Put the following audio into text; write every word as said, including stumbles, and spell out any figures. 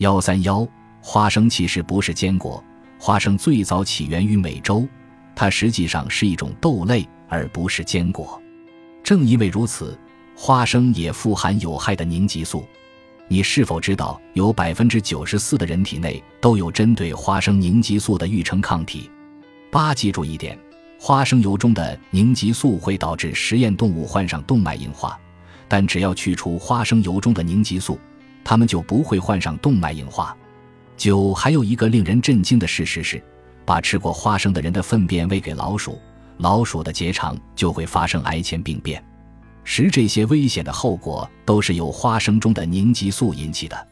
一三一，花生其实不是坚果，花生最早起源于美洲，它实际上是一种豆类，而不是坚果。正因为如此，花生也富含有害的凝集素。你是否知道有 百分之九十四 的人体内都有针对花生凝集素的育成抗体？八，记住一点，花生油中的凝集素会导致实验动物患上动脉硬化，但只要去除花生油中的凝集素，它们就不会患上动脉硬化。九，还有一个令人震惊的事实是，把吃过花生的人的粪便喂给老鼠，老鼠的结肠就会发生癌前病变。十，这些危险的后果都是由花生中的凝集素引起的。